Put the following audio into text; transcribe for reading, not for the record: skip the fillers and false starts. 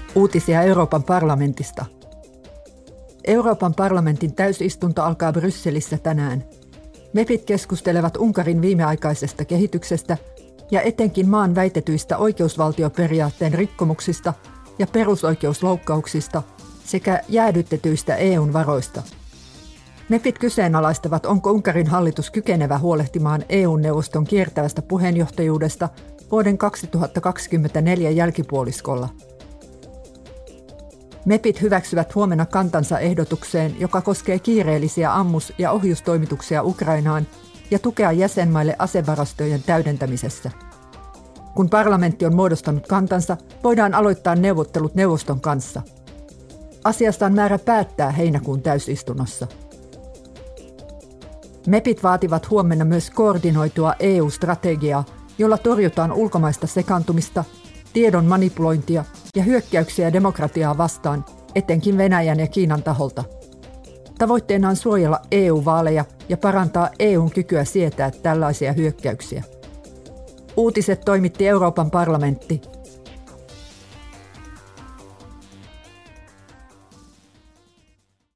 Uutisia Euroopan parlamentista. Euroopan parlamentin täysistunto alkaa Brysselissä tänään. MEPit keskustelevat Unkarin viimeaikaisesta kehityksestä ja etenkin maan väitetyistä oikeusvaltioperiaatteen rikkomuksista ja perusoikeusloukkauksista sekä jäädytetyistä EU:n varoista. MEPit kyseenalaistavat, onko Unkarin hallitus kykenevä huolehtimaan EU-neuvoston kiertävästä puheenjohtajuudesta vuoden 2024 jälkipuoliskolla. MEPit hyväksyvät huomenna kantansa ehdotukseen, joka koskee kiireellisiä ammus- ja ohjustoimituksia Ukrainaan ja tukea jäsenmaille asevarastojen täydentämisessä. Kun parlamentti on muodostanut kantansa, voidaan aloittaa neuvottelut neuvoston kanssa. Asiasta on määrä päättää heinäkuun täysistunnossa. MEPit vaativat huomenna myös koordinoitua EU-strategiaa, jolla torjutaan ulkomaista sekaantumista, tiedon manipulointia ja hyökkäyksiä demokratiaa vastaan, etenkin Venäjän ja Kiinan taholta. Tavoitteena on suojella EU-vaaleja ja parantaa EUn kykyä sietää tällaisia hyökkäyksiä. Uutiset toimitti Euroopan parlamentti.